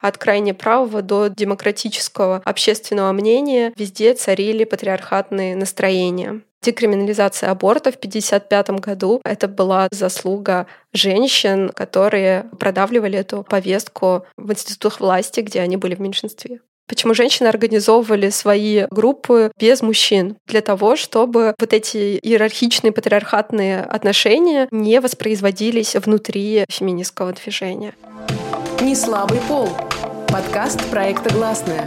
От крайне правого до демократического общественного мнения везде царили патриархатные настроения. Декриминализация аборта в 1955 году — это была заслуга женщин, которые продавливали эту повестку в институтах власти, где они были в меньшинстве. Почему женщины организовывали свои группы без мужчин? Для того, чтобы вот эти иерархичные патриархатные отношения не воспроизводились внутри феминистского движения. «Неслабый пол» — подкаст проекта «Гласная».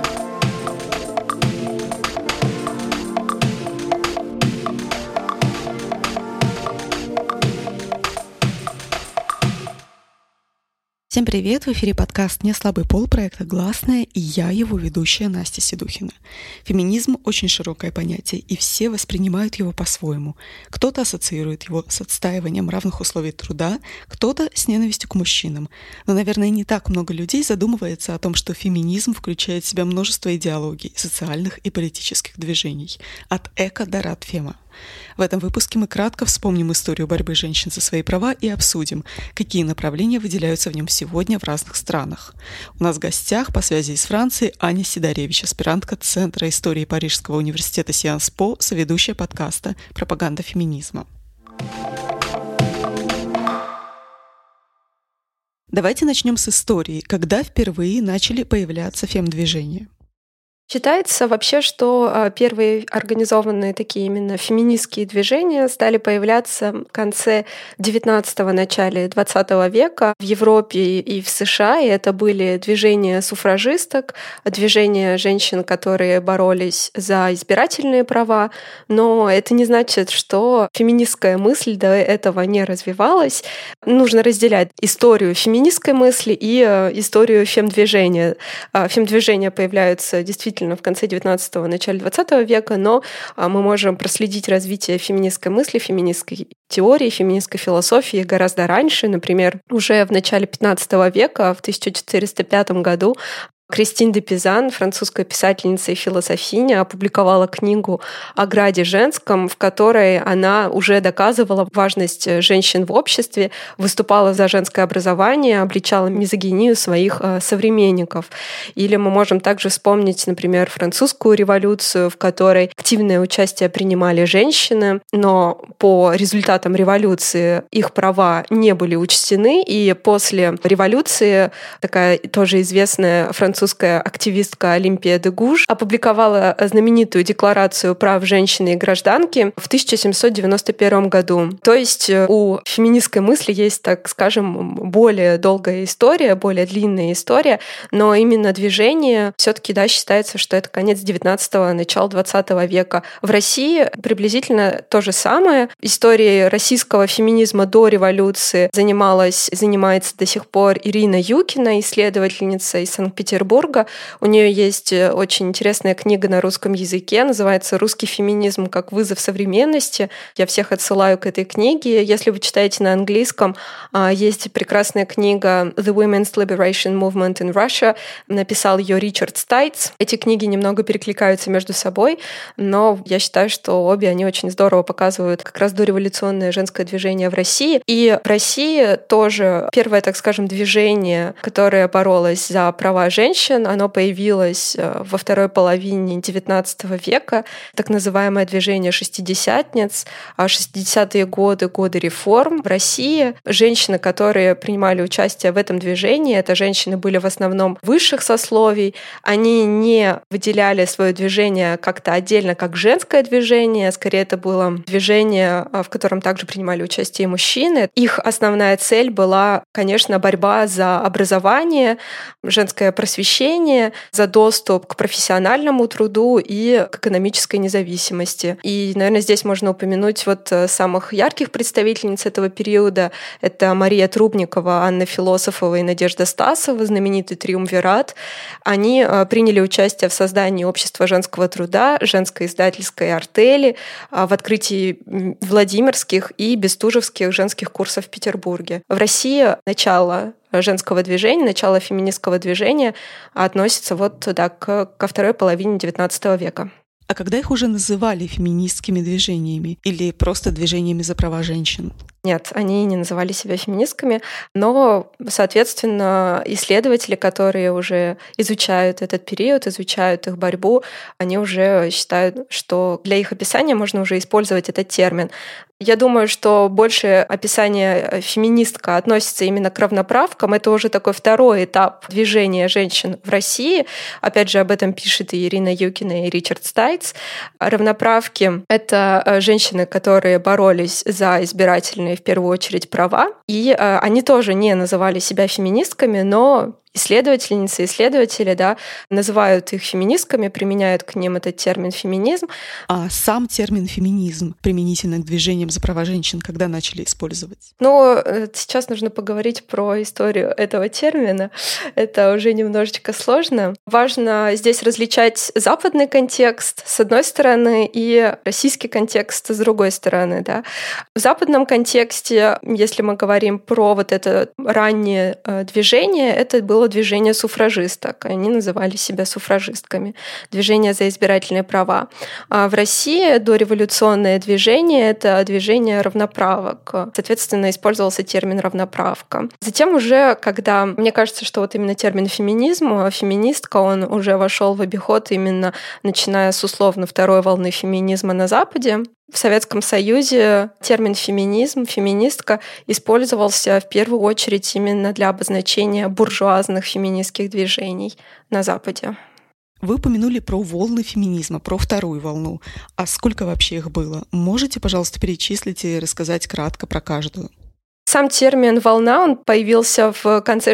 Всем привет! В эфире подкаст «Неслабый пол» проекта «Гласная», и я его ведущая Настя Седухина. Феминизм — очень широкое понятие, и все воспринимают его по-своему. Кто-то ассоциирует его с отстаиванием равных условий труда, кто-то с ненавистью к мужчинам. Но, наверное, не так много людей задумывается о том, что феминизм включает в себя множество идеологий, социальных и политических движений. От эко до радфема. В этом выпуске мы кратко вспомним историю борьбы женщин за свои права и обсудим, какие направления выделяются в нем сегодня в разных странах. У нас в гостях по связи из Франции Аня Сидоревич, аспирантка Центра истории Парижского университета Сианс По, соведущая подкаста «Пропаганда феминизма». Давайте начнем с истории, когда впервые начали появляться фем-движения. Считается вообще, что первые организованные такие именно феминистские движения стали появляться в конце XIX – начале XX века в Европе и в США. И это были движения суфражисток, движения женщин, которые боролись за избирательные права. Но это не значит, что феминистская мысль до этого не развивалась. Нужно разделять историю феминистской мысли и историю фем-движения. Фем-движения появляются действительно в конце XIX – начале XX века, но мы можем проследить развитие феминистской мысли, феминистской теории, феминистской философии гораздо раньше. Например, уже в начале XV века, в 1405 году, Кристин де Пизан, французская писательница и философиня, опубликовала книгу о граде женском, в которой она уже доказывала важность женщин в обществе, выступала за женское образование, обличала мизогинию своих современников. Или мы можем также вспомнить, например, французскую революцию, в которой активное участие принимали женщины, но по результатам революции их права не были учтены, и после революции такая тоже известная французская активистка Олимпия де Гуж опубликовала знаменитую Декларацию прав женщины и гражданки в 1791 году. То есть у феминистской мысли есть, так скажем, более долгая история, более длинная история, но именно движение все-таки считается, что это конец XIX – начало XX века. В России приблизительно то же самое. Историей российского феминизма до революции занимается до сих пор Ирина Юкина, исследовательница из Санкт-Петербурга. У нее есть очень интересная книга на русском языке, называется «Русский феминизм как вызов современности». Я всех отсылаю к этой книге. Если вы читаете на английском, есть прекрасная книга «The Women's Liberation Movement in Russia». Написал ее Ричард Стайтс. Эти книги немного перекликаются между собой, но я считаю, что обе они очень здорово показывают как раз дореволюционное женское движение в России. И в России тоже первое, так скажем, движение, которое боролось за права женщин, оно появилось во второй половине XIX века, так называемое движение шестидесятниц, 60-е годы, годы реформ в России. Женщины, которые принимали участие в этом движении, это женщины были в основном высших сословий, они не выделяли свое движение как-то отдельно, как женское движение, скорее это было движение, в котором также принимали участие и мужчины. Их основная цель была, конечно, борьба за образование, женское просвещение, за доступ к профессиональному труду и к экономической независимости. И, наверное, здесь можно упомянуть самых ярких представительниц этого периода. Это Мария Трубникова, Анна Философова и Надежда Стасова, знаменитый триумвират. Они приняли участие в создании общества женского труда, женской издательской артели, в открытии Владимирских и Бестужевских женских курсов в Петербурге. В России начало женского движения, начало феминистского движения относится ко второй половине XIX века. А когда их уже называли феминистскими движениями или просто движениями за права женщин? Нет, они не называли себя феминистками, но, соответственно, исследователи, которые уже изучают этот период, изучают их борьбу, они уже считают, что для их описания можно уже использовать этот термин. Я думаю, что больше описание феминистка относится именно к равноправкам. Это уже такой второй этап движения женщин в России. Опять же, об этом пишет и Ирина Юкина, и Ричард Стайц. Равноправки — это женщины, которые боролись за избирательные, в первую очередь, права. И они тоже не называли себя феминистками, но исследовательницы и исследователи, да, называют их феминистками, применяют к ним этот термин «феминизм». А сам термин «феминизм» применительно к движениям за права женщин когда начали использовать? Ну, сейчас нужно поговорить про историю этого термина. Это уже немножечко сложно. Важно здесь различать западный контекст с одной стороны и российский контекст с другой стороны. Да. В западном контексте, если мы говорим про вот это раннее движение, это было движение суфражисток. Они называли себя суфражистками. Движение за избирательные права. А в России дореволюционное движение — это движение равноправок. Соответственно, использовался термин «равноправка». Затем уже, когда, мне кажется, что вот именно термин «феминизм», феминистка, он уже вошел в обиход именно начиная с условно второй волны феминизма на Западе. В Советском Союзе термин «феминизм», «феминистка» использовался в первую очередь именно для обозначения буржуазных феминистских движений на Западе. Вы упомянули про волны феминизма, про вторую волну. А сколько вообще их было? Можете, пожалуйста, перечислить и рассказать кратко про каждую? Сам термин «волна» он появился в конце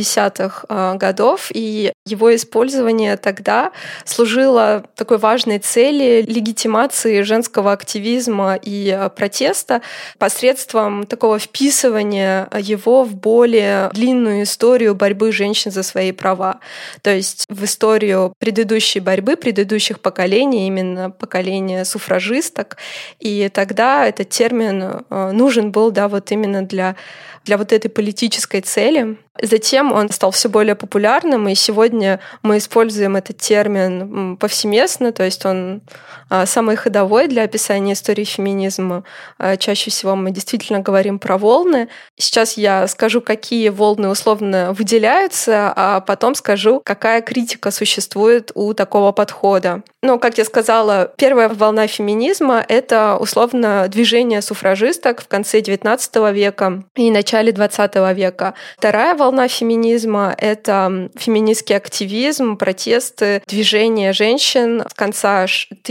60-х годов, и его использование тогда служило такой важной цели легитимации женского активизма и протеста посредством такого вписывания его в более длинную историю борьбы женщин за свои права. То есть в историю предыдущей борьбы, предыдущих поколений, именно поколения суфражисток. И тогда этот термин нужен был, да, вот именно для вот этой политической цели. Затем он стал все более популярным, и сегодня мы используем этот термин повсеместно, то есть он самый ходовой для описания истории феминизма. Чаще всего мы действительно говорим про волны. Сейчас я скажу, какие волны условно выделяются, а потом скажу, какая критика существует у такого подхода. Ну, как я сказала, первая волна феминизма — это условно движение суфражисток в конце XIX века и начале XX века. Вторая волна феминизма — это феминистский активизм, протесты, движение женщин с конца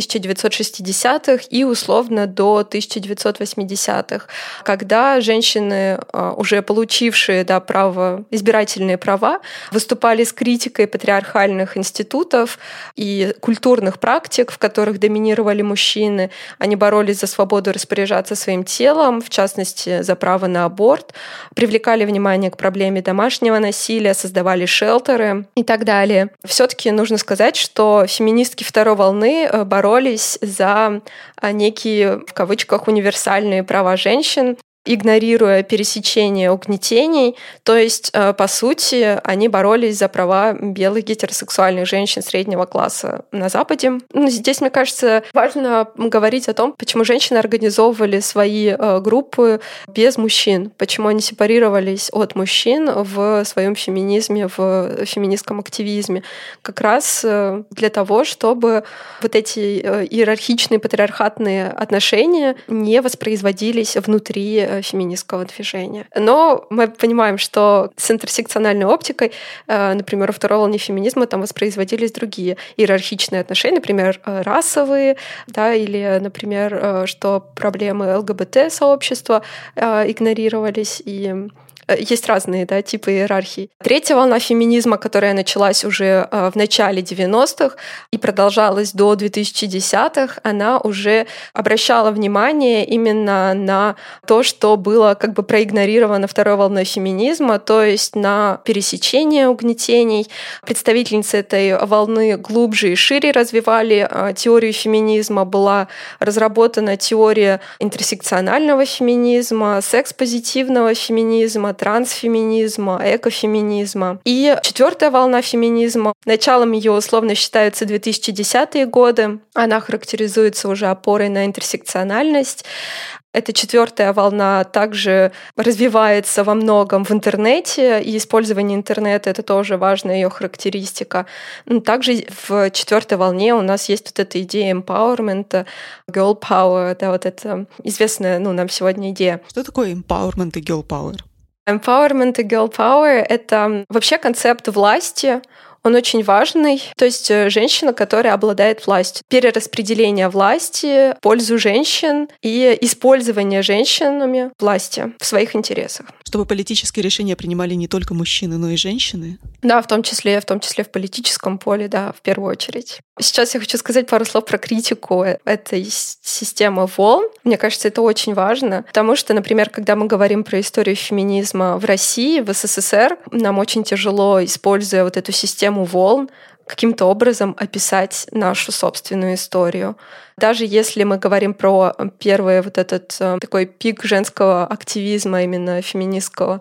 1960-х и условно до 1980-х, когда женщины, уже получившие, да, избирательные права, выступали с критикой патриархальных институтов и культурных практик, в которых доминировали мужчины. Они боролись за свободу распоряжаться своим телом, в частности, за право на аборт, привлекали внимание к проблеме домашнего насилия, создавали шелтеры и так далее. Все-таки нужно сказать, что феминистки второй волны боролись за некие, в кавычках, универсальные права женщин, игнорируя пересечение угнетений. То есть, по сути, они боролись за права белых гетеросексуальных женщин среднего класса на Западе. Здесь, мне кажется, важно говорить о том, почему женщины организовывали свои группы без мужчин, почему они сепарировались от мужчин в своем феминизме, в феминистском активизме. Как раз для того, чтобы вот эти иерархичные патриархатные отношения не воспроизводились внутри феминистского движения. Но мы понимаем, что с интерсекциональной оптикой, например, во второй волне феминизма там воспроизводились другие иерархичные отношения, например, расовые, да, или, например, что проблемы ЛГБТ-сообщества игнорировались, и есть разные, да, типы иерархий. Третья волна феминизма, которая началась уже в начале 90-х и продолжалась до 2010-х, она уже обращала внимание именно на то, что было как бы проигнорировано второй волной феминизма, то есть на пересечение угнетений. Представительницы этой волны глубже и шире развивали теорию феминизма. Была разработана теория интерсекционального феминизма, секс-позитивного феминизма, трансфеминизма, экофеминизма. И четвертая волна феминизма. Началом ее условно считаются 2010-е годы. Она характеризуется уже опорой на интерсекциональность. Эта четвертая волна также развивается во многом в интернете, и использование интернета — это тоже важная ее характеристика. Также в четвертой волне у нас есть вот эта идея empowerment, girl power, да, вот это известная нам сегодня идея. Что такое empowerment и girl power? Empowerment и girl power — это вообще концепт власти. Он очень важный. То есть женщина, которая обладает властью. Перераспределение власти в пользу женщин и использование женщинами власти в своих интересах. Чтобы политические решения принимали не только мужчины, но и женщины? Да, в том числе в политическом поле, да, в первую очередь. Сейчас я хочу сказать пару слов про критику этой системы волн. Мне кажется, это очень важно, потому что, например, когда мы говорим про историю феминизма в России, в СССР, нам очень тяжело, используя вот эту систему волн, каким-то образом описать нашу собственную историю. Даже если мы говорим про первый вот этот такой пик женского активизма, именно феминистского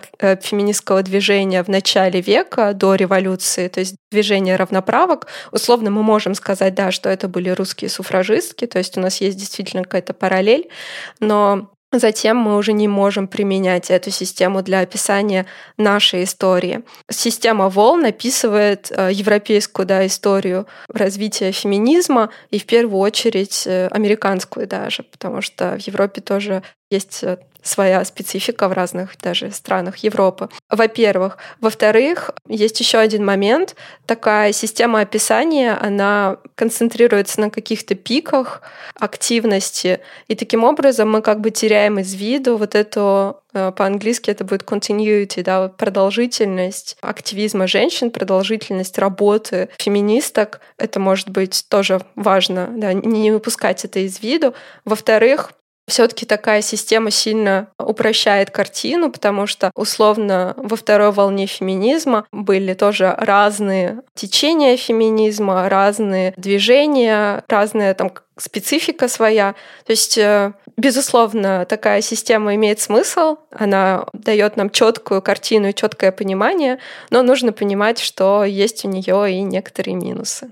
движения в начале века, до революции, то есть движение равноправок, условно мы можем сказать, да, что это были русские суфражистки, то есть у нас есть действительно какая-то параллель, но затем мы уже не можем применять эту систему для описания нашей истории. Система волн описывает европейскую, да, историю развития феминизма и в первую очередь американскую даже, потому что в Европе тоже есть своя специфика в разных даже странах Европы. Во-первых. Во-вторых, есть еще один момент. Такая система описания, она концентрируется на каких-то пиках активности, и таким образом мы как бы теряем из виду вот эту, по-английски это будет continuity, да, продолжительность активизма женщин, продолжительность работы феминисток. Это может быть тоже важно, да, не выпускать это из виду. Во-вторых, все-таки такая система сильно упрощает картину, потому что, условно, во второй волне феминизма были тоже разные течения феминизма, разные движения, разная там специфика своя. То есть, безусловно, такая система имеет смысл, она дает нам четкую картину и четкое понимание, но нужно понимать, что есть у нее и некоторые минусы.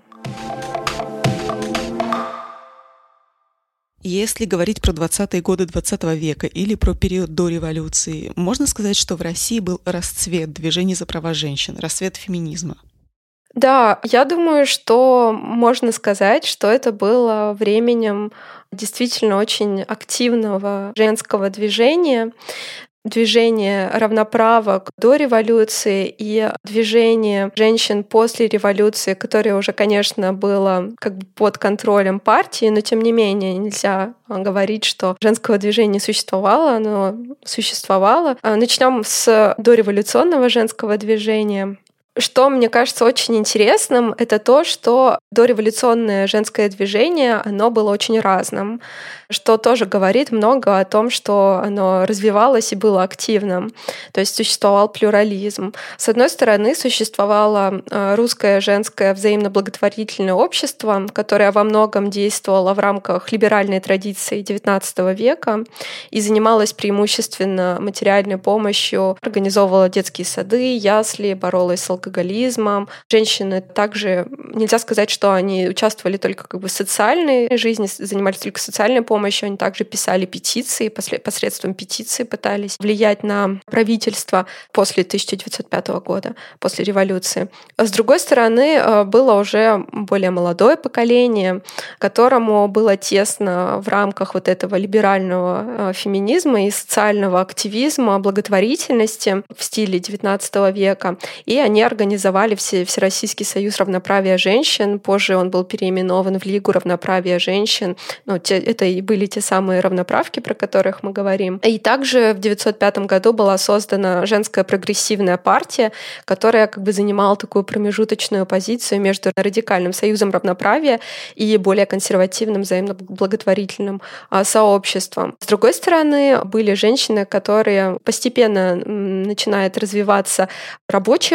Если говорить про 20-е годы 20 века или про период до революции, можно сказать, что в России был расцвет движений за права женщин, расцвет феминизма? Да, я думаю, что можно сказать, что это было временем действительно очень активного женского движения равноправок до революции и движение женщин после революции, которое уже, конечно, было как бы под контролем партии, но тем не менее нельзя говорить, что женского движения не существовало, оно существовало. Начнем с дореволюционного женского движения. Что мне кажется очень интересным, это то, что дореволюционное женское движение, оно было очень разным, что тоже говорит много о том, что оно развивалось и было активным. То есть существовал плюрализм. С одной стороны, существовало русское женское взаимно благотворительное общество, которое во многом действовало в рамках либеральной традиции XIX века и занималось преимущественно материальной помощью, организовывало детские сады, ясли, боролось с алкоголизмом. Женщины также, нельзя сказать, что они участвовали только как бы в социальной жизни, занимались только социальной помощью, они также писали петиции, посредством петиций пытались влиять на правительство после 1905 года, после революции. С другой стороны, было уже более молодое поколение, которому было тесно в рамках вот этого либерального феминизма и социального активизма, благотворительности в стиле XIX века, и они организовали Всероссийский союз равноправия женщин. Позже он был переименован в Лигу равноправия женщин. Это и были те самые равноправки, про которых мы говорим. И также в 1905 году была создана женская прогрессивная партия, которая как бы занимала такую промежуточную позицию между радикальным союзом равноправия и более консервативным взаимно благотворительным сообществом. С другой стороны, были женщины, которые постепенно начинает развиваться рабочее женское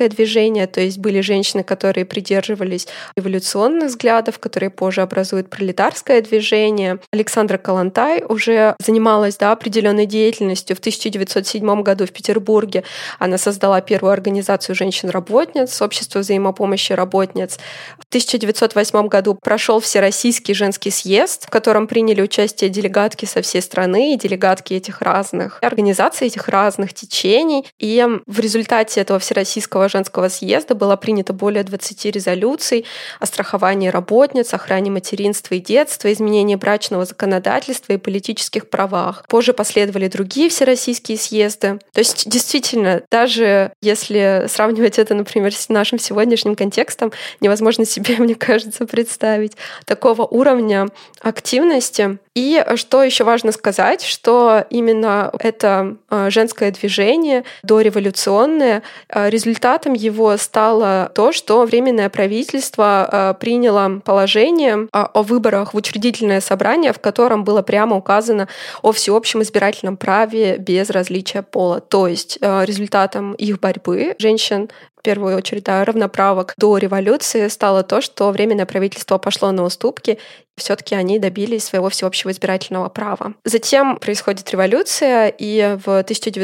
движение, то есть были женщины, которые придерживались революционных взглядов, которые позже образуют пролетарское движение. Александра Коллонтай уже занималась определенной деятельностью. В 1907 году в Петербурге она создала первую организацию женщин-работниц, Общество взаимопомощи работниц. В 1908 году прошел Всероссийский женский съезд, в котором приняли участие делегатки со всей страны и делегатки этих разных организаций, этих разных течений. И в результате этого Всероссийского женского съезда было принято более 20 резолюций о страховании работниц, охране материнства и детства, изменении брачного законодательства и политических правах. Позже последовали другие всероссийские съезды. То есть действительно, даже если сравнивать это, например, с нашим сегодняшним контекстом, невозможно себе, мне кажется, представить такого уровня активности. И что еще важно сказать, что именно это женское движение дореволюционное, результатом его стало то, что Временное правительство приняло положение о выборах в учредительное собрание, в котором было прямо указано о всеобщем избирательном праве без различия пола. То есть результатом их борьбы женщин, в первую очередь, равноправок до революции, стало то, что Временное правительство пошло на уступки, и все-таки они добились своего всеобщего избирательного права. Затем происходит революция, и в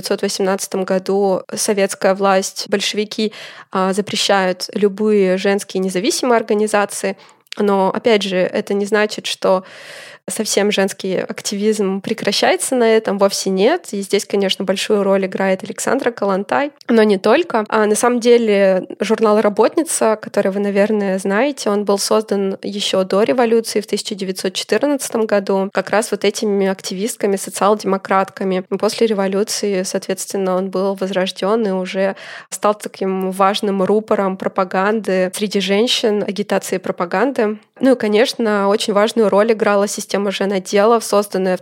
1918 году советская власть, большевики запрещают любые женские независимые организации. Но, опять же, это не значит, что совсем женский активизм прекращается на этом, вовсе нет. И здесь, конечно, большую роль играет Александра Коллонтай, но не только. А на самом деле журнал «Работница», который вы, наверное, знаете, он был создан еще до революции в 1914 году, как раз вот этими активистками, социал-демократками. И после революции, соответственно, он был возрожден и уже стал таким важным рупором пропаганды среди женщин, агитации и пропаганды. Ну и, конечно, очень важную роль играла система женотделов, созданная в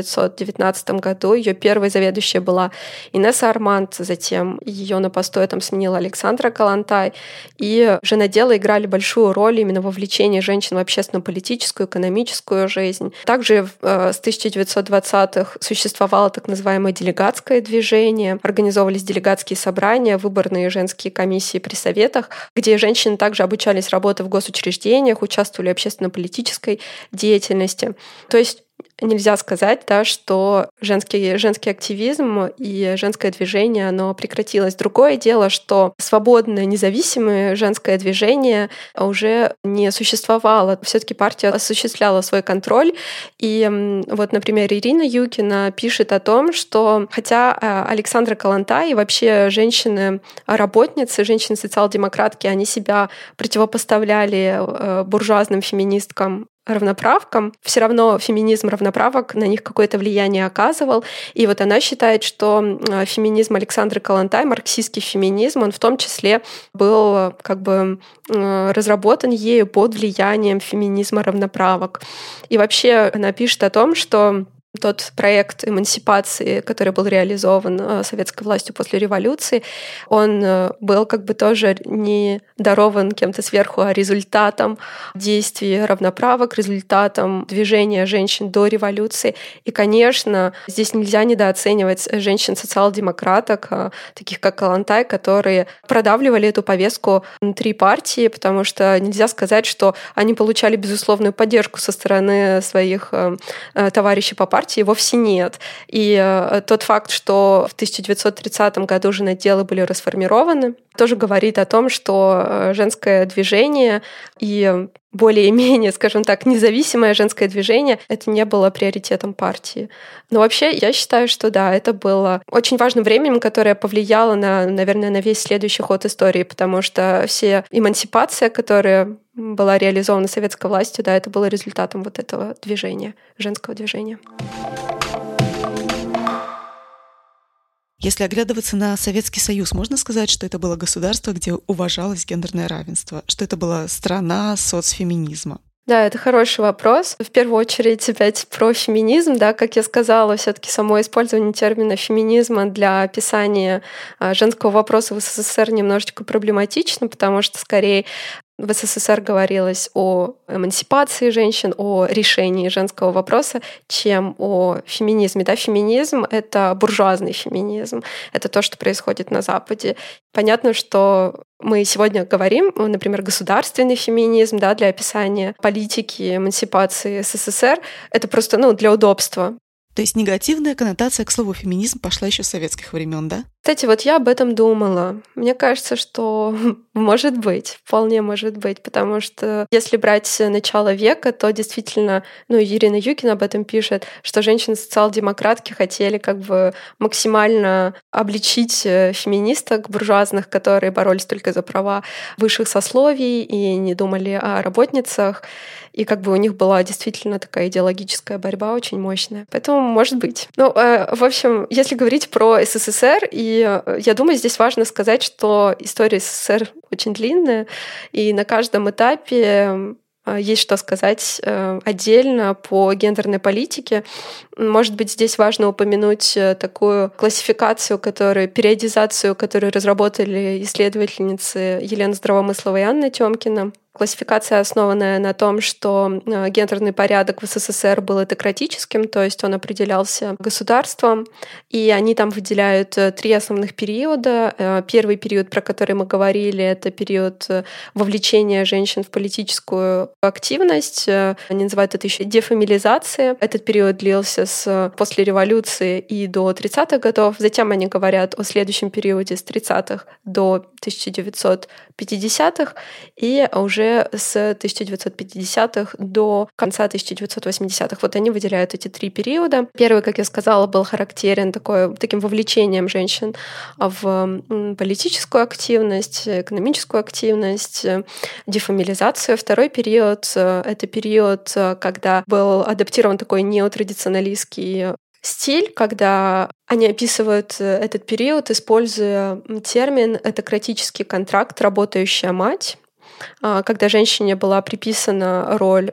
1919 году. Ее первой заведующей была Инесса Арманд, затем ее на посту этом сменила Александра Коллонтай. И женоделы играли большую роль именно в вовлечении женщин в общественно-политическую, экономическую жизнь. Также с 1920-х существовало так называемое делегатское движение, организовывались делегатские собрания, выборные женские комиссии при советах, где женщины также обучались работе в госучреждениях, участвовали в общественно-политической деятельности. То есть нельзя сказать, что женский активизм и женское движение, оно прекратилось. Другое дело, что свободное, независимое женское движение уже не существовало. Все-таки партия осуществляла свой контроль. И вот, например, Ирина Юкина пишет о том, что хотя Александра Коллонтай и вообще женщины-работницы, женщины-социал-демократки, они себя противопоставляли буржуазным феминисткам, равноправкам, все равно феминизм равноправок на них какое-то влияние оказывал. И вот она считает, что феминизм Александры Коллонтай, марксистский феминизм, он в том числе был разработан ею под влиянием феминизма равноправок. И вообще она пишет о том, что тот проект эмансипации, который был реализован советской властью после революции, он был тоже не дарован кем-то сверху, а результатом действий равноправок, результатом движения женщин до революции. И, конечно, здесь нельзя недооценивать женщин-социал-демократок, таких как Коллонтай, которые продавливали эту повестку внутри партии, потому что нельзя сказать, что они получали безусловную поддержку со стороны своих товарищей по партии, вовсе нет. И тот факт, что в 1930 году женоделы были расформированы, тоже говорит о том, что женское движение и более-менее, скажем так, независимое женское движение — это не было приоритетом партии. Но вообще я считаю, что да, это было очень важным временем, которое повлияло наверное, на весь следующий ход истории, потому что вся эмансипация, которая была реализована советской властью, да, это было результатом вот этого движения, женского движения. Если оглядываться на Советский Союз, можно сказать, что это было государство, где уважалось гендерное равенство, что это была страна соцфеминизма? Да, это хороший вопрос. В первую очередь опять про феминизм, да, как я сказала, все-таки само использование термина феминизма для описания женского вопроса в СССР немножечко проблематично, потому что скорее в СССР говорилось о эмансипации женщин, о решении женского вопроса, чем о феминизме. Да, феминизм — это буржуазный феминизм, это то, что происходит на Западе. Понятно, что мы сегодня говорим, например, государственный феминизм, да, для описания политики эмансипации СССР. Это просто для удобства. То есть негативная коннотация к слову «феминизм» пошла еще с советских времен, да? Кстати, я об этом думала. Мне кажется, что может быть, вполне может быть, потому что если брать начало века, то действительно, Ирина Юкина об этом пишет, что женщины-социал-демократки хотели максимально обличить феминисток буржуазных, которые боролись только за права высших сословий и не думали о работницах. И у них была действительно такая идеологическая борьба очень мощная. Поэтому может быть. В общем, если говорить про СССР, и я думаю, здесь важно сказать, что история СССР очень длинная, и на каждом этапе есть что сказать отдельно по гендерной политике. Может быть, здесь важно упомянуть такую классификацию, периодизацию, которую разработали исследовательницы Елена Здравомыслова и Анна Тёмкина. Классификация, основанная на том, что гендерный порядок в СССР был этнократическим, то есть он определялся государством, и они там выделяют 3 основных периода. Первый период, про который мы говорили, это период вовлечения женщин в политическую активность. Они называют это еще дефамилизацией. Этот период длился после революции и до 30-х годов. Затем они говорят о следующем периоде с 30-х до 1950-х, и уже с 1950-х до конца 1980-х. Они выделяют эти 3 периода. Первый, как я сказала, был характерен таким вовлечением женщин в политическую активность, экономическую активность, дефамилизацию. Второй период — это период, когда был адаптирован такой неотрадиционалистский стиль, когда они описывают этот период, используя термин «этократический контракт, работающая мать», когда женщине была приписана роль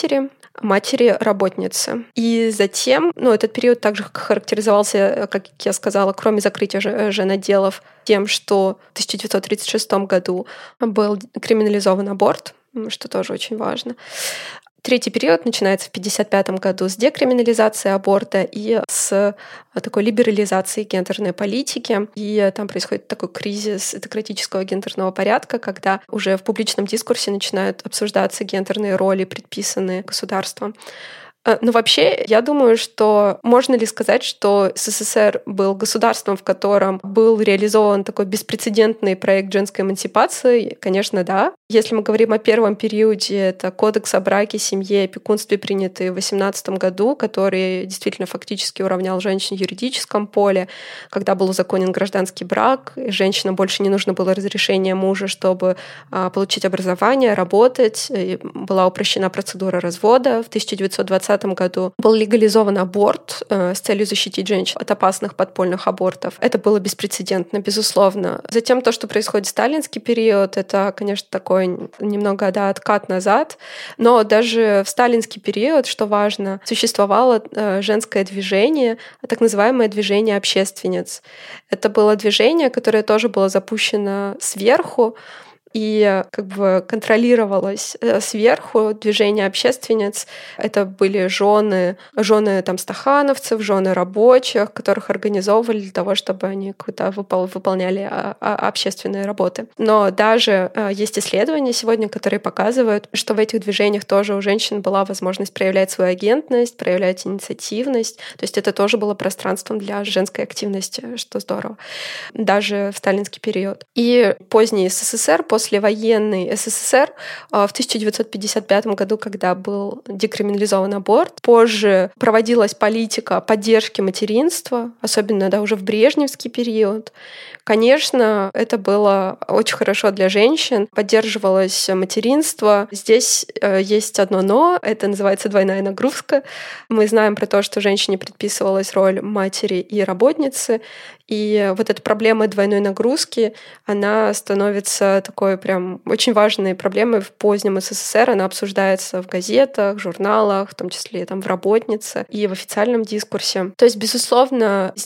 матери-работницы. И затем, этот период также характеризовался, как я сказала, кроме закрытия женоделов, тем, что в 1936 году был криминализован аборт, что тоже очень важно. Третий период начинается в 1955 году с декриминализации аборта и с такой либерализации гендерной политики. И там происходит такой кризис этнократического гендерного порядка, когда уже в публичном дискурсе начинают обсуждаться гендерные роли, предписанные государством. Вообще, я думаю, что можно ли сказать, что СССР был государством, в котором был реализован такой беспрецедентный проект женской эмансипации? Конечно, да. Если мы говорим о первом периоде, это Кодекс о браке, семье и опекунстве, принятый в 1918 году, который действительно фактически уравнял женщин в юридическом поле, когда был узаконен гражданский брак, и женщинам больше не нужно было разрешение мужа, чтобы получить образование, работать, и была упрощена процедура развода. В 1920 году был легализован аборт с целью защитить женщин от опасных подпольных абортов. Это было беспрецедентно, безусловно. Затем то, что происходит в сталинский период, это, конечно, такой немного откат назад. Но даже в сталинский период, что важно, существовало женское движение, так называемое движение общественниц. Это было движение, которое тоже было запущено сверху, и контролировалось сверху движение общественниц. Это были жены стахановцев, жены рабочих, которых организовывали для того, чтобы они выполняли общественные работы. Но даже есть исследования сегодня, которые показывают, что в этих движениях тоже у женщин была возможность проявлять свою агентность, проявлять инициативность. То есть это тоже было пространством для женской активности, что здорово. Даже в сталинский период. И поздний СССР, послевоенный СССР в 1955 году, когда был декриминализован аборт, позже проводилась политика поддержки материнства, особенно уже в брежневский период. Конечно, это было очень хорошо для женщин, поддерживалось материнство. Здесь есть одно «но», это называется двойная нагрузка. Мы знаем про то, что женщине предписывалась роль матери и работницы, и эта проблема двойной нагрузки, она становится такой прям очень важной проблемой в позднем СССР. Она обсуждается в газетах, журналах, в том числе в «Работнице» и в официальном дискурсе. То есть, безусловно, здесь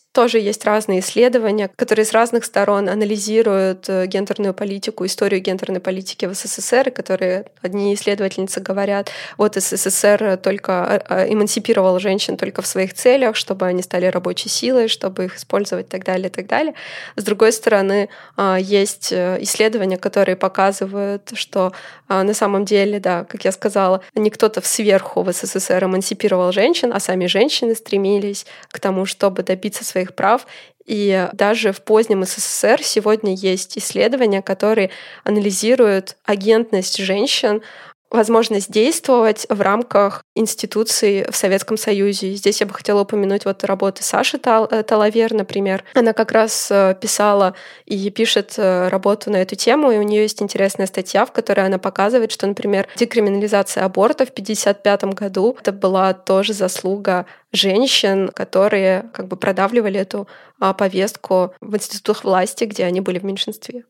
тоже есть разные исследования, которые с разных сторон анализируют гендерную политику, историю гендерной политики в СССР, и которые одни исследовательницы говорят, вот СССР только эмансипировал женщин только в своих целях, чтобы они стали рабочей силой, чтобы их использовать и так далее, и так далее. С другой стороны, есть исследования, которые показывают, что на самом деле, да, как я сказала, не кто-то сверху в СССР эмансипировал женщин, а сами женщины стремились к тому, чтобы добиться своих прав. И даже в позднем СССР сегодня есть исследования, которые анализируют агентность женщин, возможность действовать в рамках институций в Советском Союзе. Здесь я бы хотела упомянуть вот работы Саши Талавер, например. Она как раз писала и пишет работу на эту тему, и у нее есть интересная статья, в которой она показывает, что, например, декриминализация аборта в 1955 году это была тоже заслуга женщин, которые как бы продавливали эту повестку в институтах власти, где они были в меньшинстве.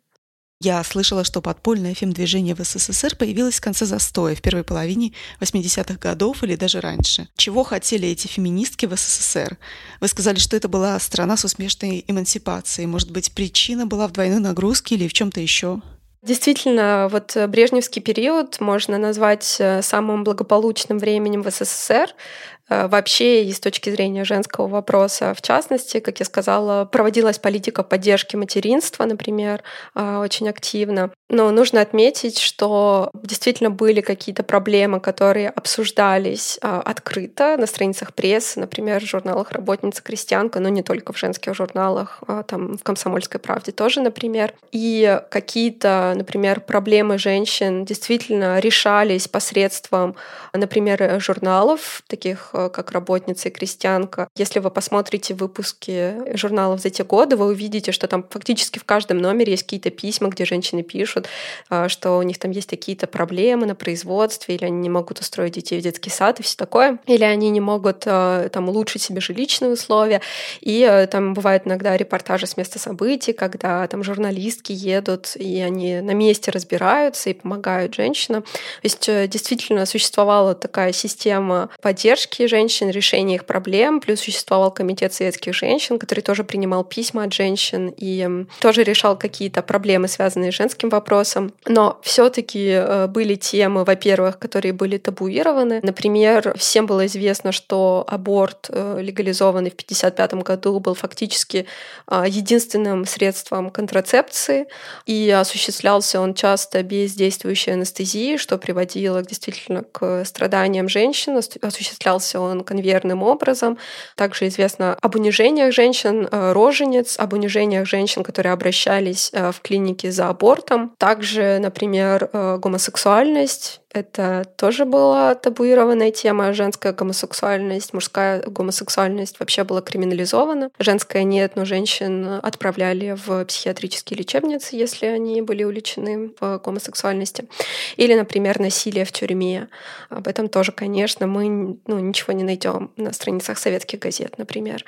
Я слышала, что подпольное фем-движение в СССР появилось в конце застоя, в первой половине 80-х годов или даже раньше. Чего хотели эти феминистки в СССР? Вы сказали, что это была страна с успешной эмансипацией. Может быть, причина была в двойной нагрузке или в чем-то еще? Действительно, вот брежневский период можно назвать самым благополучным временем в СССР. Вообще, и с точки зрения женского вопроса, в частности, как я сказала, проводилась политика поддержки материнства, например, очень активно. Но нужно отметить, что действительно были какие-то проблемы, которые обсуждались открыто на страницах прессы, например, в журналах «Работница», «Крестьянка», но не только в женских журналах, там в «Комсомольской правде» тоже, например. И какие-то, например, проблемы женщин действительно решались посредством, например, журналов, таких как «Работница» и «Крестьянка». Если вы посмотрите выпуски журналов за те годы, вы увидите, что там фактически в каждом номере есть какие-то письма, где женщины пишут, что у них там есть какие-то проблемы на производстве, или они не могут устроить детей в детский сад и все такое, или они не могут там улучшить себе жилищные условия. И там бывают иногда репортажи с места событий, когда там журналистки едут, и они на месте разбираются и помогают женщинам. То есть действительно существовала такая система поддержки женщин, решения их проблем, плюс существовал комитет советских женщин, который тоже принимал письма от женщин и тоже решал какие-то проблемы, связанные с женским вопросом. Но все-таки были темы, во-первых, которые были табуированы. Например, всем было известно, что аборт, легализованный в 1955 году, был фактически единственным средством контрацепции, и осуществлялся он часто без действующей анестезии, что приводило действительно к страданиям женщин. Осуществлялся он конвейерным образом. Также известно об унижениях женщин, рожениц, об унижениях женщин, которые обращались в клиники за абортом. Также, например, гомосексуальность. Это тоже была табуированная тема. Женская гомосексуальность, мужская гомосексуальность вообще была криминализована. Женская нет, но женщин отправляли в психиатрические лечебницы, если они были увлечены в гомосексуальности. Или, например, насилие в тюрьме. Об этом тоже, конечно, мы ничего не найдем на страницах советских газет, например.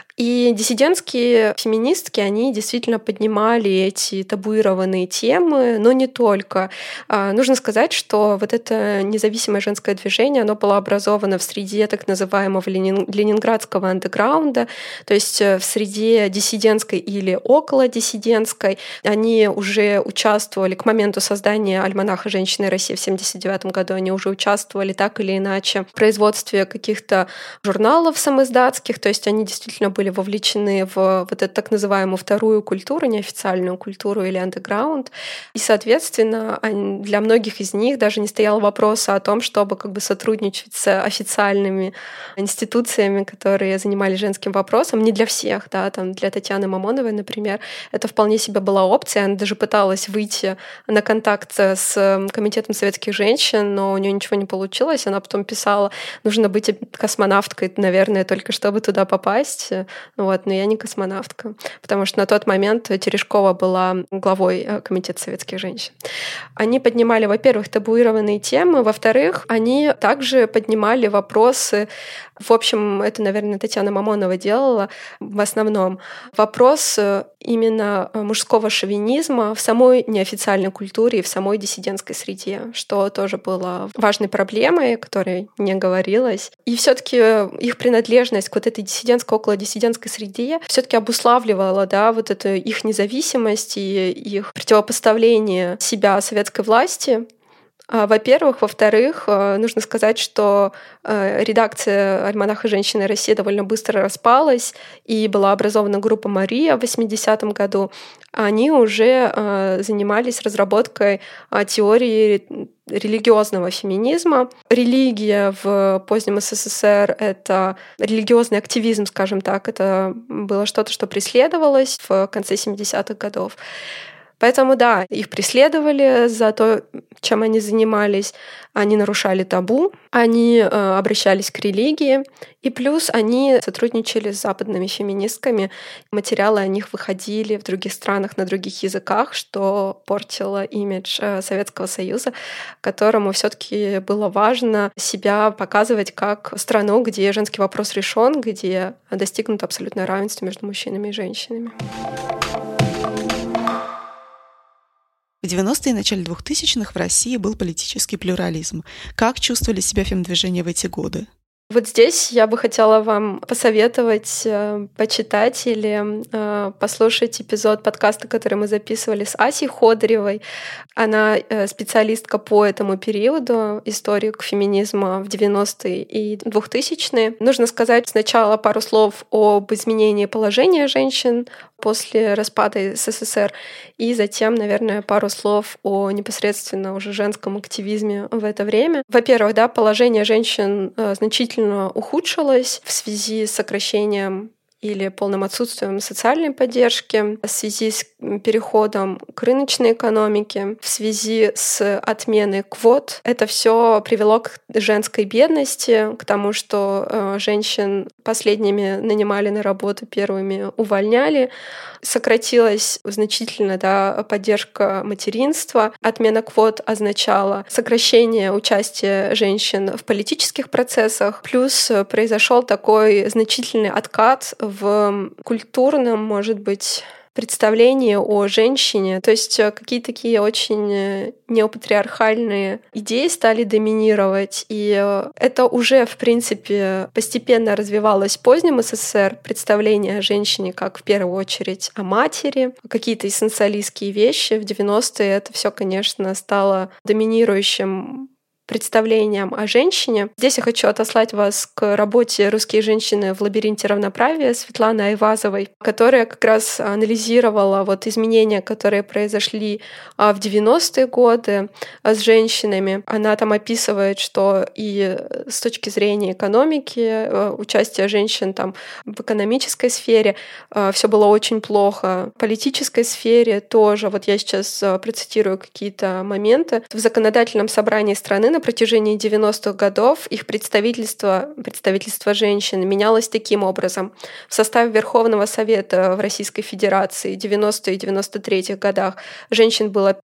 И диссидентские феминистки, они действительно поднимали эти табуированные темы, но не только. Нужно сказать, что вот это независимое женское движение, оно было образовано в среде так называемого ленинградского андеграунда, то есть в среде диссидентской или околодиссидентской. Они уже участвовали к моменту создания альманаха «Женщины России» в 1979 году, они уже участвовали так или иначе в производстве каких-то журналов самоиздатских, то есть они действительно были вовлечены в вот эту так называемую вторую культуру, неофициальную культуру или андеграунд. И, соответственно, для многих из них даже не стоял вопрос о том, чтобы как бы сотрудничать с официальными институциями, которые занимались женским вопросом. Не для всех, да, там для Татьяны Мамоновой, например, это вполне себе была опция. Она даже пыталась выйти на контакт с комитетом советских женщин, но у нее ничего не получилось. Она потом писала, нужно быть космонавткой, наверное, только чтобы туда попасть. Вот, но я не космонавтка, потому что на тот момент Терешкова была главой комитета советских женщин. Они поднимали, во-первых, табуированные темы, во-вторых, они также поднимали вопросы, в общем, это, наверное, Татьяна Мамонова делала в основном, вопрос именно мужского шовинизма в самой неофициальной культуре и в самой диссидентской среде, что тоже было важной проблемой, о которой не говорилось. И все-таки их принадлежность к вот этой диссидентской, околодиссидентской студентской среде все-таки обуславливало, да, вот эту их независимость и их противопоставление себя советской власти. Во-первых. Во-вторых, нужно сказать, что редакция «Альманаха женщины России» довольно быстро распалась, и была образована группа «Мария» в 80-м году. Они уже занимались разработкой теории религиозного феминизма. Религия в позднем СССР — это религиозный активизм, скажем так. Это было что-то, что преследовалось в конце 70-х годов. Поэтому, да, их преследовали за то, чем они занимались. Они нарушали табу, они обращались к религии, и плюс они сотрудничали с западными феминистками. Материалы о них выходили в других странах на других языках, что портило имидж Советского Союза, которому все-таки было важно себя показывать как страну, где женский вопрос решен, где достигнуто абсолютное равенство между мужчинами и женщинами. В 90-е и начале 2000-х в России был политический плюрализм. Как чувствовали себя фемдвижения в эти годы? Вот здесь я бы хотела вам посоветовать почитать или послушать эпизод подкаста, который мы записывали с Асей Ходыревой. Она специалистка по этому периоду, историк феминизма в 90-е и 2000-е. Нужно сказать сначала пару слов об изменении положения женщин после распада СССР, и затем, наверное, пару слов о непосредственно уже женском активизме в это время. Во-первых, да, положение женщин значительно ухудшилось в связи с сокращением или полным отсутствием социальной поддержки, в связи с переходом к рыночной экономике, в связи с отменой квот. Это все привело к женской бедности, к тому, что женщин последними нанимали на работу, первыми увольняли. Сократилась значительно, да, поддержка материнства. Отмена квот означала сокращение участия женщин в политических процессах. Плюс произошел такой значительный откат в культурном, может быть, представлении о женщине. То есть какие-то такие очень неопатриархальные идеи стали доминировать. И это уже, в принципе, постепенно развивалось в позднем СССР. Представление о женщине как в первую очередь о матери. Какие-то эссенциалистские вещи. В 90-е это все, конечно, стало доминирующим представлениям о женщине. Здесь я хочу отослать вас к работе «Русские женщины в лабиринте равноправия» Светланы Айвазовой, которая как раз анализировала вот изменения, которые произошли в 90-е годы с женщинами. Она там описывает, что и с точки зрения экономики, участие женщин там в экономической сфере все было очень плохо. В политической сфере тоже. Вот я сейчас процитирую какие-то моменты. В законодательном собрании страны на протяжении 90-х годов их представительство женщин менялось таким образом. В составе Верховного Совета в Российской Федерации в 90-е и 93-х годах женщин было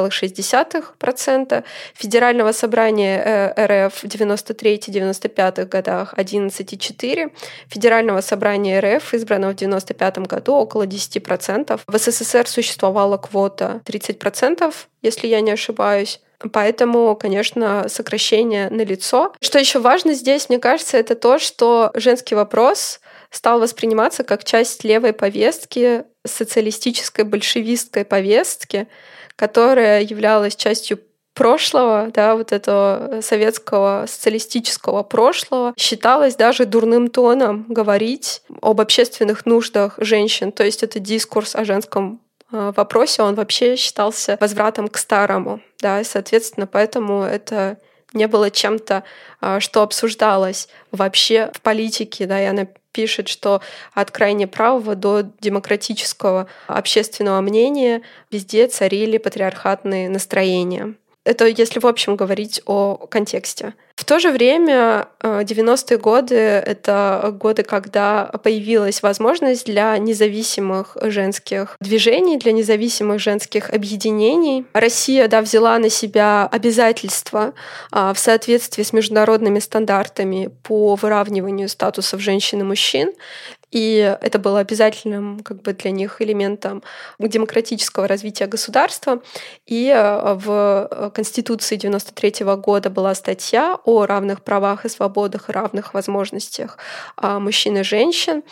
5,6%, Федерального собрания РФ в 93-95 годах 11,4%, Федерального собрания РФ, избранного в 95 году, около 10%. В СССР существовала квота 30%, если я не ошибаюсь. Поэтому, конечно, сокращение налицо. Что еще важно здесь, мне кажется, это то, что женский вопрос стал восприниматься как часть левой повестки, социалистической, большевистской повестки, которая являлась частью прошлого, да, вот этого советского социалистического прошлого. Считалось даже дурным тоном говорить об общественных нуждах женщин. То есть это дискурс о женском вопросе, он вообще считался возвратом к старому, да, и, соответственно, поэтому это не было чем-то, что обсуждалось вообще в политике, да, и она пишет, что от крайне правого до демократического общественного мнения везде царили патриархатные настроения. Это если в общем говорить о контексте. В то же время 90-е годы — это годы, когда появилась возможность для независимых женских движений, для независимых женских объединений. Россия, да, взяла на себя обязательства в соответствии с международными стандартами по выравниванию статусов женщин и мужчин. и это было обязательным для них элементом демократического развития государства. И в Конституции 1993 года была статья о равных правах и свободах и равных возможностях мужчин и женщин,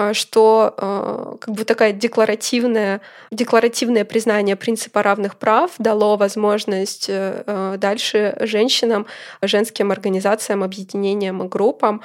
что такое декларативное признание принципа равных прав дало возможность дальше женщинам, женским организациям, объединениям и группам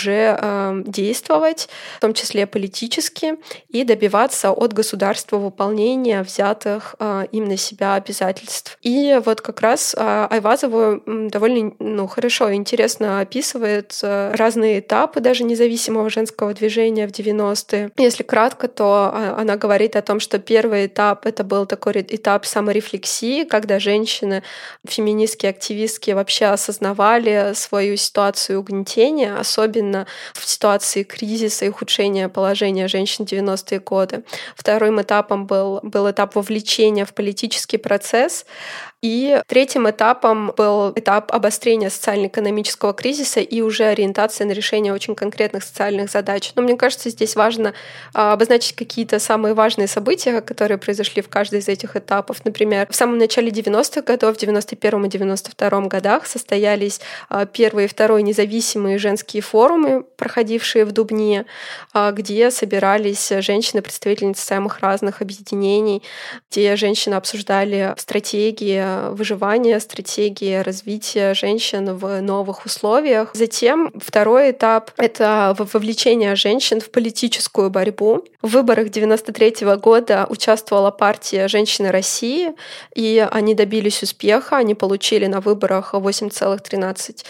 уже действовать, в том числе политически, и добиваться от государства выполнения взятых им на себя обязательств. И вот как раз Айвазова довольно хорошо и интересно описывает разные этапы даже независимого женского движения в 90-е. Если кратко, то она говорит о том, что первый этап — это был такой этап саморефлексии, когда женщины, феминистские активистки вообще осознавали свою ситуацию угнетения, особенно в ситуации кризиса и ухудшения положения женщин в 90-е годы. Вторым этапом был этап вовлечения в политический процесс. И третьим этапом был этап обострения социально-экономического кризиса и уже ориентация на решение очень конкретных социальных задач. Но мне кажется, здесь важно обозначить какие-то самые важные события, которые произошли в каждой из этих этапов. Например, в самом начале 90-х годов, в 91-м и 92-м годах состоялись первый и второй независимые женские форумы, проходившие в Дубне, где собирались женщины, представительницы самых разных объединений, где женщины обсуждали стратегии выживания, стратегии развития женщин в новых условиях. Затем второй этап — это вовлечение женщин в политическую борьбу. В выборах 1993 года участвовала партия «Женщины России», и они добились успеха. Они получили на выборах 8,13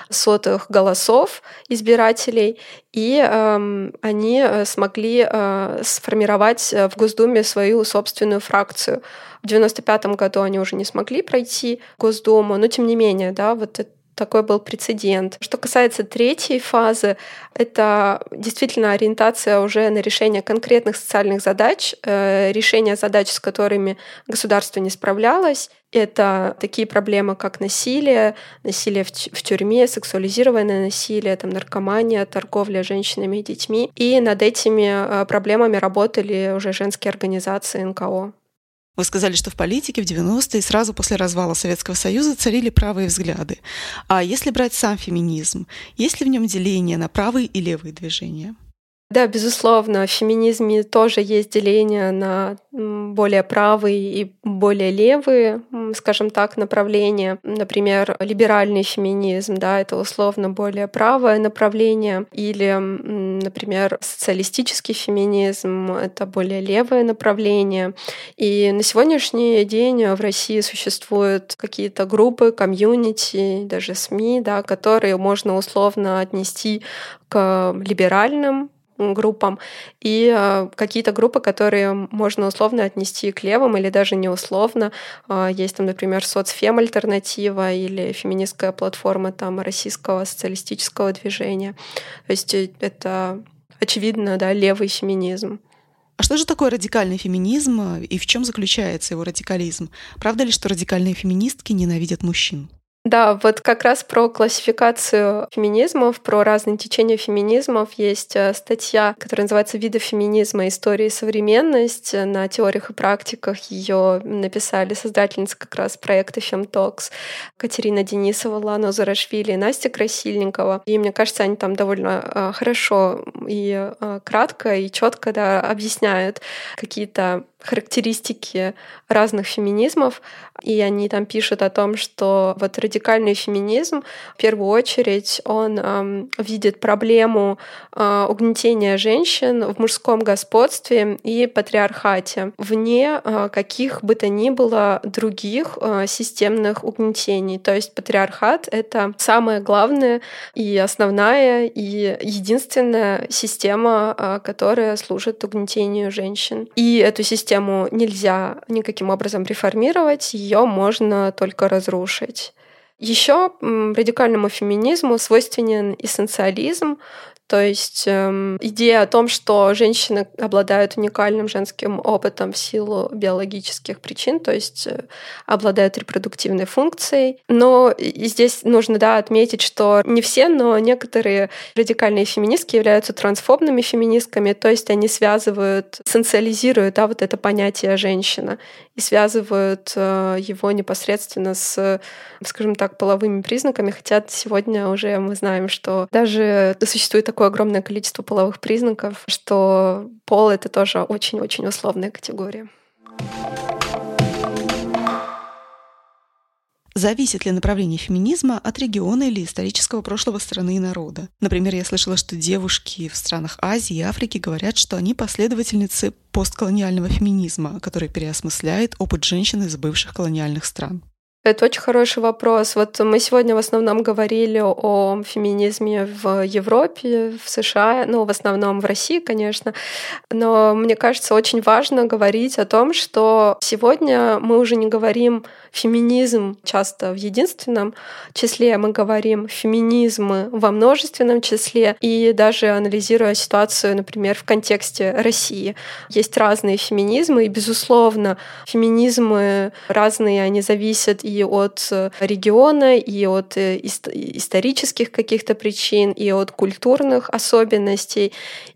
голосов избирателей, и они смогли сформировать в Госдуме свою собственную фракцию. В 1995 году они уже не смогли пройти Госдуму, но тем не менее, такой был прецедент. Что касается третьей фазы, это действительно ориентация уже на решение конкретных социальных задач, решение задач, с которыми государство не справлялось. Это такие проблемы, как насилие в тюрьме, сексуализированное насилие, наркомания, торговля женщинами и детьми. И над этими проблемами работали уже женские организации НКО. Вы сказали, что в политике в 90-е сразу после развала Советского Союза царили правые взгляды. А если брать сам феминизм, есть ли в нем деление на правые и левые движения? Да, безусловно, в феминизме тоже есть деление на более правые и более левые, скажем так, направления. Например, либеральный феминизм, это условно более правое направление, или, например, социалистический феминизм — это более левое направление. И на сегодняшний день в России существуют какие-то группы, комьюнити, даже СМИ, которые можно условно отнести к либеральным группам, и какие-то группы, которые можно условно отнести к левым или даже не условно. Есть например, соцфем-альтернатива или феминистская платформа российского социалистического движения. То есть это, очевидно, левый феминизм. А что же такое радикальный феминизм и в чем заключается его радикализм? Правда ли, что радикальные феминистки ненавидят мужчин? Да, вот как раз про классификацию феминизмов, про разные течения феминизмов есть статья, которая называется «Виды феминизма. История и современность». На теориях и практиках ее написали создательницы как раз проекта «Фемтокс» Катерина Денисова, Лана Зарашвили и Настя Красильникова. И мне кажется, они там довольно хорошо и кратко и четко объясняют какие-то характеристики разных феминизмов, и они там пишут о том, что вот радикальный феминизм в первую очередь он видит проблему угнетения женщин в мужском господстве и патриархате вне каких бы то ни было других системных угнетений. То есть патриархат — это самая главная и основная и единственная система, которая служит угнетению женщин. И эту систему нельзя никаким образом реформировать, ее можно только разрушить. Еще радикальному феминизму свойственен эссенциализм, То есть идея о том, что женщины обладают уникальным женским опытом в силу биологических причин, то есть обладают репродуктивной функцией. Но и здесь нужно, отметить, что не все, но некоторые радикальные феминистки являются трансфобными феминистками, то есть они связывают, эссенциализируют вот это понятие женщина и связывают его непосредственно с, скажем так, половыми признаками, хотя сегодня уже мы знаем, что даже существует такое огромное количество половых признаков, что пол — это тоже очень-очень условная категория. Зависит ли направление феминизма от региона или исторического прошлого страны и народа? Например, я слышала, что девушки в странах Азии и Африки говорят, что они последовательницы постколониального феминизма, который переосмысляет опыт женщин из бывших колониальных стран. Это очень хороший вопрос. Вот мы сегодня в основном говорили о феминизме в Европе, в США, в основном в России, конечно. Но мне кажется, очень важно говорить о том, что сегодня мы уже не говорим феминизм часто в единственном числе, мы говорим феминизм во множественном числе. И даже анализируя ситуацию, например, в контексте России, есть разные феминизмы, и, безусловно, феминизмы разные, они зависят и от региона, и от исторических каких-то причин, и от культурных особенностей.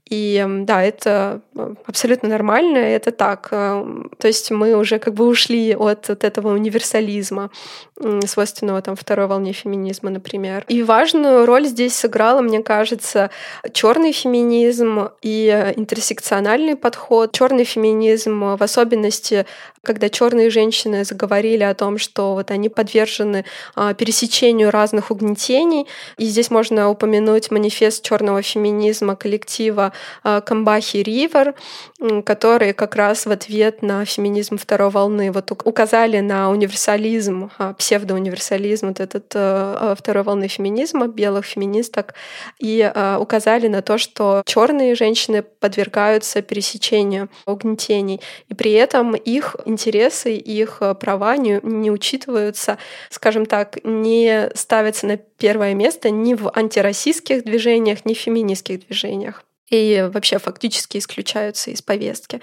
И это абсолютно нормально, это так. То есть мы уже ушли от этого универсализма, свойственного второй волне феминизма, например. И важную роль здесь сыграла, мне кажется, черный феминизм и интерсекциональный подход. Черный феминизм, в особенности, когда черные женщины заговорили о том, что они подвержены пересечению разных угнетений. И здесь можно упомянуть манифест черного феминизма коллектива Камбахи Ривер, которые как раз в ответ на феминизм второй волны указали на универсализм, псевдоуниверсализм этот второй волны феминизма, белых феминисток, и указали на то, что черные женщины подвергаются пересечению угнетений, и при этом их интересы, их права не учитываются, скажем так, не ставятся на первое место ни в антироссийских движениях, ни в феминистских движениях. И вообще фактически исключаются из повестки.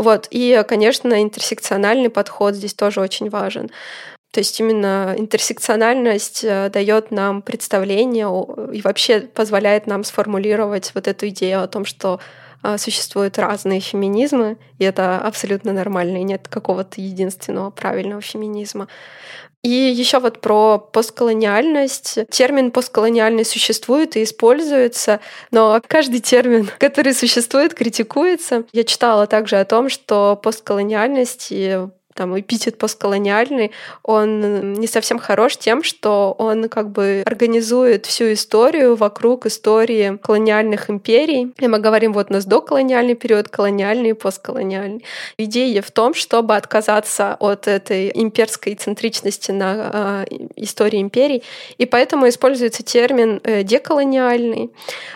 И, конечно, интерсекциональный подход здесь тоже очень важен. То есть именно интерсекциональность дает нам представление и вообще позволяет нам сформулировать эту идею о том, что существуют разные феминизмы, и это абсолютно нормально, и нет какого-то единственного правильного феминизма. И еще про постколониальность. Термин постколониальный существует и используется, но каждый термин, который существует, критикуется. Я читала также о том, что постколониальность и эпитет постколониальный, он не совсем хорош тем, что он организует всю историю вокруг истории колониальных империй. И мы говорим, у нас доколониальный период, колониальный и постколониальный. Идея в том, чтобы отказаться от этой имперской центричности на истории империй, и поэтому используется термин деколониальный.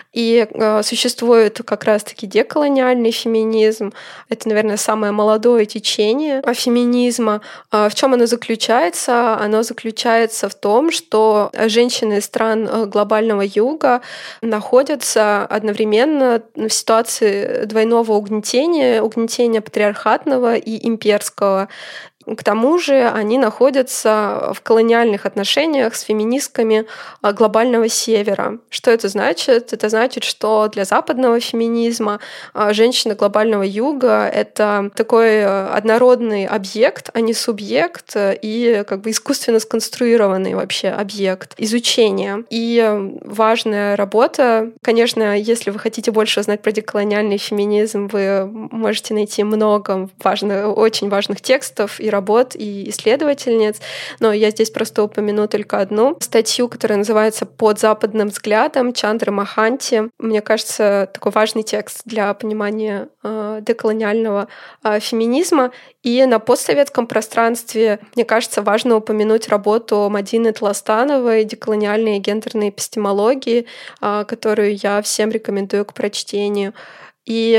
И существует как раз-таки деколониальный феминизм. Это, наверное, самое молодое течение феминизма. В чем оно заключается? Оно заключается в том, что женщины стран глобального юга находятся одновременно в ситуации двойного угнетения патриархатного и имперского. К тому же они находятся в колониальных отношениях с феминистками глобального севера. Что это значит? Это значит, что для западного феминизма женщины глобального юга — это такой однородный объект, а не субъект, и искусственно сконструированный вообще объект изучения. И важная работа, конечно, если вы хотите больше узнать про деколониальный феминизм, вы можете найти много очень важных текстов и работ, и исследовательниц, но я здесь просто упомяну только одну статью, которая называется «Под западным взглядом» Чандры Маханти. Мне кажется, такой важный текст для понимания деколониального феминизма. И на постсоветском пространстве, мне кажется, важно упомянуть работу Мадины Тластановой «Деколониальные и гендерные эпистемологии», которую я всем рекомендую к прочтению. И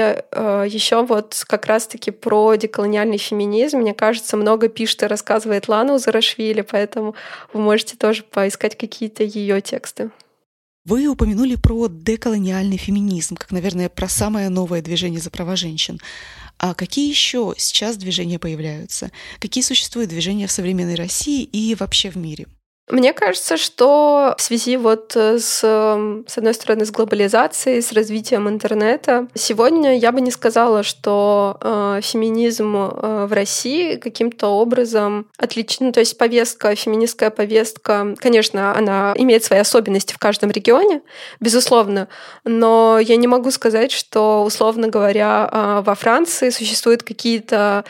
еще как раз-таки про деколониальный феминизм, мне кажется, много пишет и рассказывает Лана Узарашвили, поэтому вы можете тоже поискать какие-то ее тексты. Вы упомянули про деколониальный феминизм, как, наверное, про самое новое движение за права женщин. А какие еще сейчас движения появляются? Какие существуют движения в современной России и вообще в мире? Мне кажется, что в связи с одной стороны, с глобализацией, с развитием интернета, сегодня я бы не сказала, что феминизм в России каким-то образом отличен. Ну, то есть феминистская повестка, конечно, она имеет свои особенности в каждом регионе, безусловно, но я не могу сказать, что, условно говоря, во Франции существуют какие-то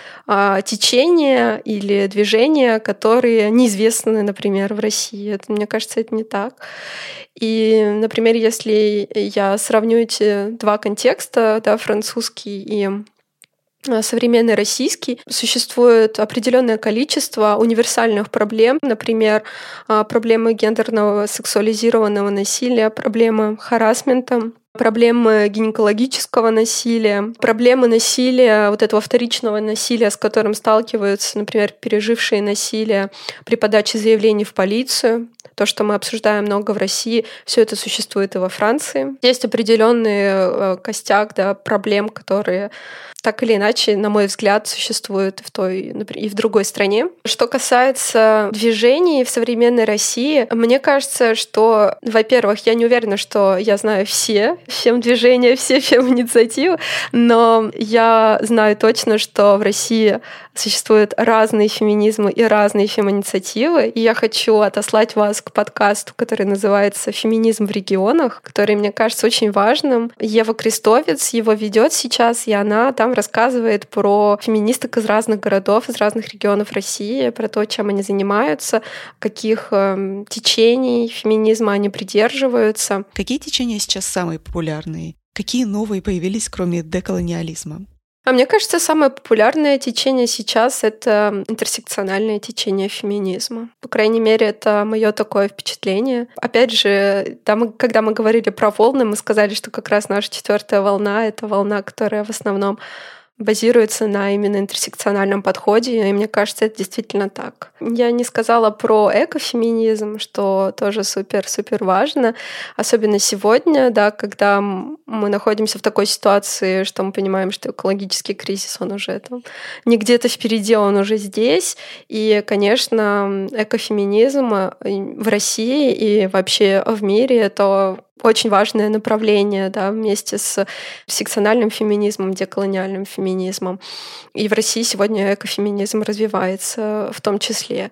течения или движения, которые неизвестны, например, в России. Мне кажется, это не так. И, например, если я сравню эти два контекста, да, французский и современный российский, существует определенное количество универсальных проблем, например, проблемы гендерного сексуализированного насилия, проблемы харассмента, проблемы гинекологического насилия, проблемы насилия, вот этого вторичного насилия, с которым сталкиваются, например, пережившие насилие при подаче заявлений в полицию. То, что мы обсуждаем много в России, все это существует и во Франции. Есть определенный костяк, да, проблем, которые так или иначе, на мой взгляд, существуют в той и в другой стране. Что касается движений в современной России, мне кажется, что, во-первых, я не уверена, что я знаю все фем-движения, все фем-инициативы, но я знаю точно, что в России существуют разные феминизмы и разные фем-инициативы, и я хочу отослать вас к подкасту, который называется «Феминизм в регионах», который, мне кажется, очень важным. Ева Крестовец его ведет сейчас, и она там рассказывает про феминисток из разных городов, из разных регионов России, про то, чем они занимаются, каких течений феминизма они придерживаются. Какие течения сейчас самые популярные? Какие новые появились, кроме деколониализма? А мне кажется, самое популярное течение сейчас — это интерсекциональное течение феминизма. По крайней мере, это мое такое впечатление. Опять же, когда мы говорили про волны, мы сказали, что как раз наша 4-я волна — это волна, которая в основном базируется на именно интерсекциональном подходе, и мне кажется, это действительно так. Я не сказала про экофеминизм, что тоже супер-супер важно, особенно сегодня, да, когда мы находимся в такой ситуации, что мы понимаем, что экологический кризис, он уже там не где-то впереди, он уже здесь, и, конечно, экофеминизм в России и вообще в мире — это очень важное направление, да, вместе с секциональным феминизмом, деколониальным феминизмом. И в России сегодня экофеминизм развивается в том числе.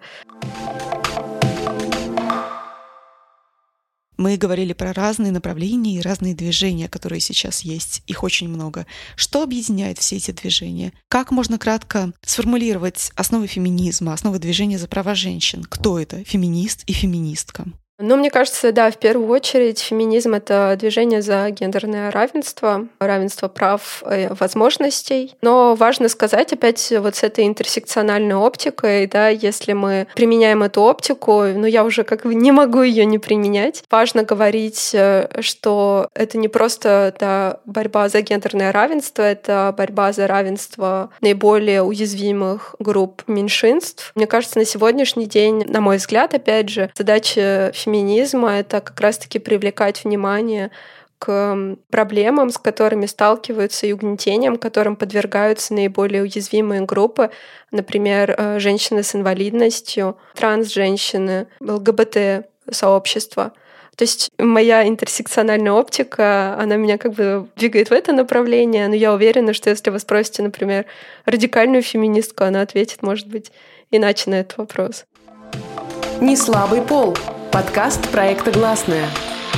Мы говорили про разные направления и разные движения, которые сейчас есть. Их очень много. Что объединяет все эти движения? Как можно кратко сформулировать основы феминизма, основы движения за права женщин? Кто это? Феминист и феминистка? Ну, мне кажется, да, в первую очередь феминизм — это движение за гендерное равенство, равенство прав и возможностей. Но важно сказать опять вот с этой интерсекциональной оптикой, да, если мы применяем эту оптику, я уже не могу ее не применять. Важно говорить, что это не просто, да, борьба за гендерное равенство, это борьба за равенство наиболее уязвимых групп меньшинств. Мне кажется, на сегодняшний день, на мой взгляд, опять же, задача феминизма — это как раз-таки привлекать внимание к проблемам, с которыми сталкиваются, и угнетениям, которым подвергаются наиболее уязвимые группы, например, женщины с инвалидностью, транс-женщины, ЛГБТ-сообщество. То есть моя интерсекциональная оптика, она меня двигает в это направление, но я уверена, что если вы спросите, например, радикальную феминистку, она ответит, может быть, иначе на этот вопрос. «Неслабый пол» — подкаст проекта «Гласная».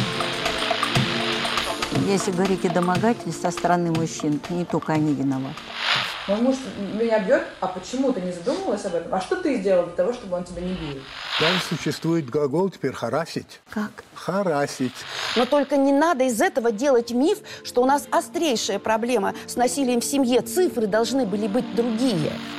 Если говорить о домогательстве со стороны мужчин, не только они виноваты. Мой муж меня бьет, а почему ты не задумывалась об этом? А что ты сделал для того, чтобы он тебя не бил? Там существует глагол теперь «харасить». Как? Харасить. Но только не надо из этого делать миф, что у нас острейшая проблема с насилием в семье. Цифры должны были быть другие.